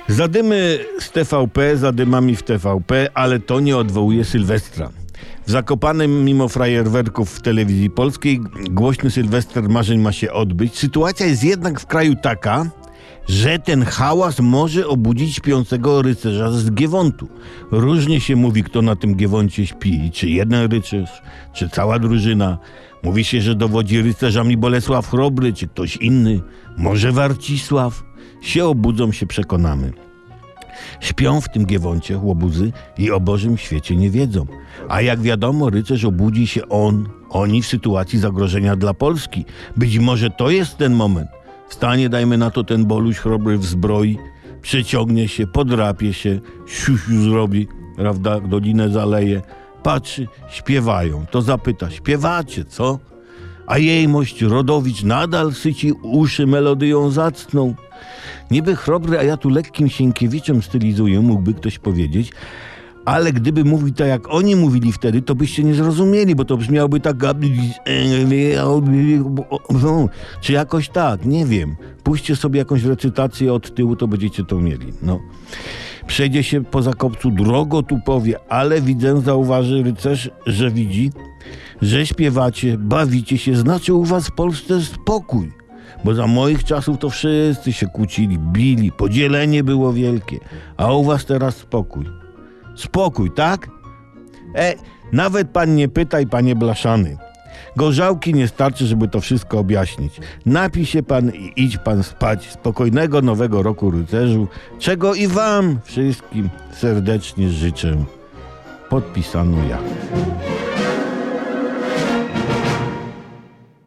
Zadymy z TVP, zadymami w TVP, ale to nie odwołuje Sylwestra. W Zakopanem, mimo fajerwerków w telewizji polskiej, głośny Sylwester marzeń ma się odbyć. Sytuacja jest jednak w kraju taka, że ten hałas może obudzić śpiącego rycerza z Giewontu. Różnie się mówi, kto na tym Giewoncie śpi. Czy jeden rycerz, czy cała drużyna. Mówi się, że dowodzi rycerzami Bolesław Chrobry, czy ktoś inny. Może Warcisław. Się obudzą, się przekonamy. Śpią w tym Giewoncie łobuzy i o Bożym świecie nie wiedzą. A jak wiadomo, rycerz obudzi się oni w sytuacji zagrożenia dla Polski. Być może to jest ten moment. Wstanie, dajmy na to, ten Boluś Chrobry w zbroi, przeciągnie się, podrapie się, siusiu zrobi, prawda, dolinę zaleje, patrzy, śpiewają. To zapyta, śpiewacie, co? A jejmość Rodowicz nadal syci uszy melodyją zacną. Niby Chrobry, a ja tu lekkim Sienkiewiczem stylizuję, mógłby ktoś powiedzieć, ale gdyby mówił tak, jak oni mówili wtedy, to byście nie zrozumieli, bo to brzmiałoby tak, czy jakoś tak, nie wiem. Puśćcie sobie jakąś recytację od tyłu, to będziecie to mieli. No. Przejdzie się po Zakopcu, drogo tu powie, ale widzę, zauważy rycerz, że widzi, że śpiewacie, bawicie się, znaczy u was w Polsce spokój. Bo za moich czasów to wszyscy się kłócili, bili, podzielenie było wielkie, a u was teraz spokój. Spokój, tak? Nawet pan nie pytaj, panie blaszany. Gorzałki nie starczy, żeby to wszystko objaśnić. Napij się pan i idź pan spać. Spokojnego nowego roku, rycerzu, czego i wam wszystkim serdecznie życzę. Podpisano ja.